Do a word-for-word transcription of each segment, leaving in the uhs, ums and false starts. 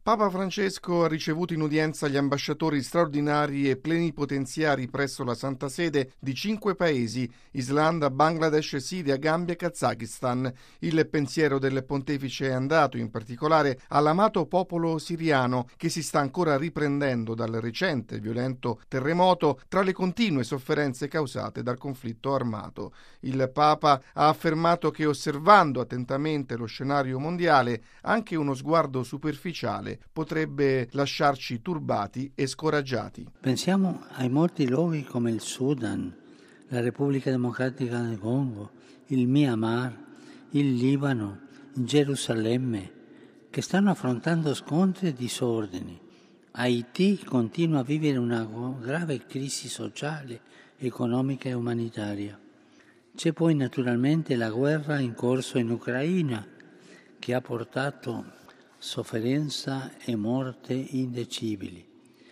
Papa Francesco ha ricevuto in udienza gli ambasciatori straordinari e plenipotenziari presso la Santa Sede di cinque paesi: Islanda, Bangladesh, Siria, Gambia e Kazakistan. Il pensiero del pontefice è andato in particolare all'amato popolo siriano, che si sta ancora riprendendo dal recente violento terremoto tra le continue sofferenze causate dal conflitto armato. Il Papa ha affermato che, osservando attentamente lo scenario mondiale, anche uno sguardo superficiale potrebbe lasciarci turbati e scoraggiati. Pensiamo ai molti luoghi come il Sudan, la Repubblica Democratica del Congo, il Myanmar, il Libano, Gerusalemme, che stanno affrontando scontri e disordini. Haiti continua a vivere una grave crisi sociale, economica e umanitaria. C'è poi naturalmente la guerra in corso in Ucraina, che ha portato sofferenza e morte indicibili.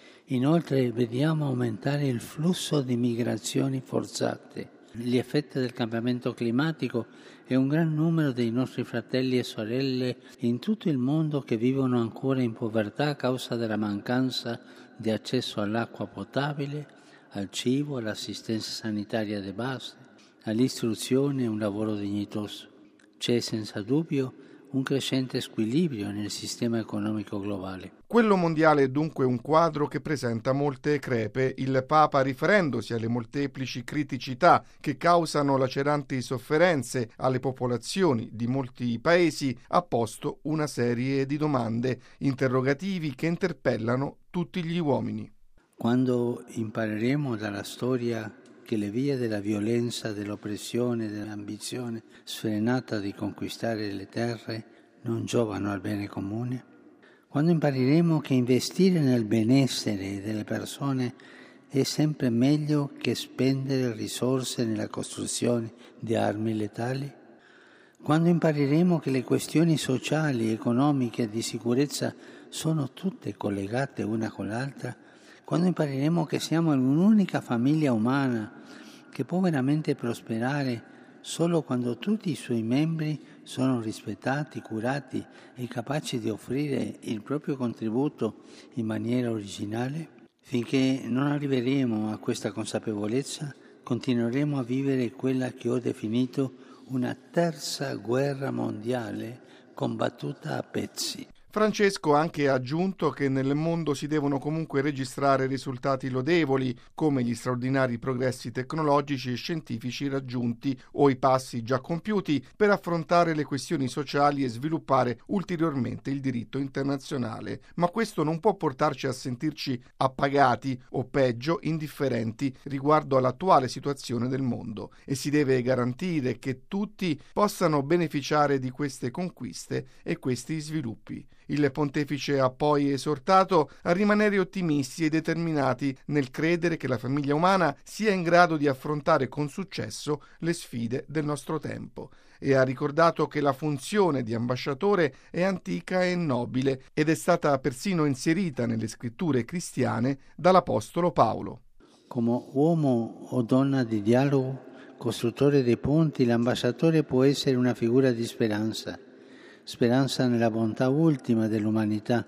Inoltre vediamo aumentare il flusso di migrazioni forzate, gli effetti del cambiamento climatico e un gran numero dei nostri fratelli e sorelle in tutto il mondo che vivono ancora in povertà a causa della mancanza di accesso all'acqua potabile, al cibo, all'assistenza sanitaria di base, all'istruzione e un lavoro dignitoso. C'è senza dubbio un crescente squilibrio nel sistema economico globale. Quello mondiale è dunque un quadro che presenta molte crepe. Il Papa, riferendosi alle molteplici criticità che causano laceranti sofferenze alle popolazioni di molti paesi, ha posto una serie di domande, interrogativi che interpellano tutti gli uomini. Quando impareremo dalla storia che le vie della violenza, dell'oppressione, dell'ambizione sfrenata di conquistare le terre non giovano al bene comune? Quando impareremo che investire nel benessere delle persone è sempre meglio che spendere risorse nella costruzione di armi letali? Quando impareremo che le questioni sociali, economiche e di sicurezza sono tutte collegate una con l'altra? Quando impareremo che siamo un'unica famiglia umana che può veramente prosperare solo quando tutti i suoi membri sono rispettati, curati e capaci di offrire il proprio contributo in maniera originale? Finché non arriveremo a questa consapevolezza, continueremo a vivere quella che ho definito una terza guerra mondiale combattuta a pezzi. Francesco ha anche aggiunto che nel mondo si devono comunque registrare risultati lodevoli, come gli straordinari progressi tecnologici e scientifici raggiunti o i passi già compiuti per affrontare le questioni sociali e sviluppare ulteriormente il diritto internazionale. Ma questo non può portarci a sentirci appagati o, peggio, indifferenti riguardo all'attuale situazione del mondo, e si deve garantire che tutti possano beneficiare di queste conquiste e questi sviluppi. Il pontefice ha poi esortato a rimanere ottimisti e determinati nel credere che la famiglia umana sia in grado di affrontare con successo le sfide del nostro tempo, e ha ricordato che la funzione di ambasciatore è antica e nobile ed è stata persino inserita nelle scritture cristiane dall'Apostolo Paolo. Come uomo o donna di dialogo, costruttore dei ponti, l'ambasciatore può essere una figura di speranza. Speranza nella bontà ultima dell'umanità,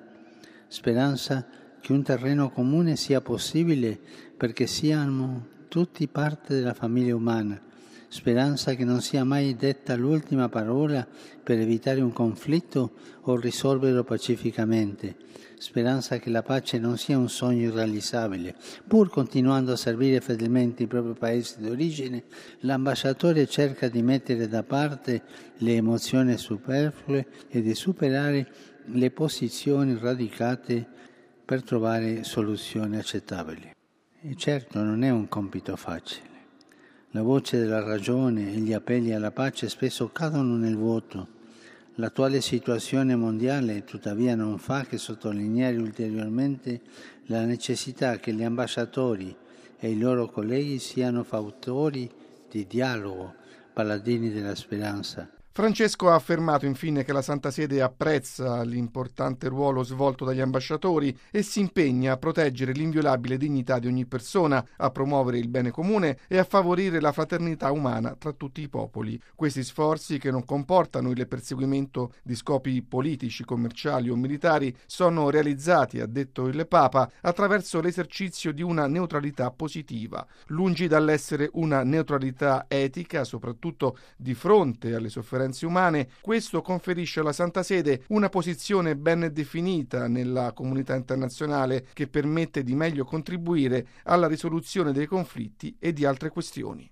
speranza che un terreno comune sia possibile perché siamo tutti parte della famiglia umana, speranza che non sia mai detta l'ultima parola per evitare un conflitto o risolverlo pacificamente, speranza che la pace non sia un sogno irrealizzabile. Pur continuando a servire fedelmente il proprio paese d'origine, l'ambasciatore cerca di mettere da parte le emozioni superflue e di superare le posizioni radicate per trovare soluzioni accettabili. E certo non è un compito facile. La voce della ragione e gli appelli alla pace spesso cadono nel vuoto. L'attuale situazione mondiale tuttavia non fa che sottolineare ulteriormente la necessità che gli ambasciatori e i loro colleghi siano fautori di dialogo, paladini della speranza. Francesco ha affermato infine che la Santa Sede apprezza l'importante ruolo svolto dagli ambasciatori e si impegna a proteggere l'inviolabile dignità di ogni persona, a promuovere il bene comune e a favorire la fraternità umana tra tutti i popoli. Questi sforzi, che non comportano il perseguimento di scopi politici, commerciali o militari, sono realizzati, ha detto il Papa, attraverso l'esercizio di una neutralità positiva, lungi dall'essere una neutralità etica, soprattutto di fronte alle sofferenze umane. Questo conferisce alla Santa Sede una posizione ben definita nella comunità internazionale che permette di meglio contribuire alla risoluzione dei conflitti e di altre questioni.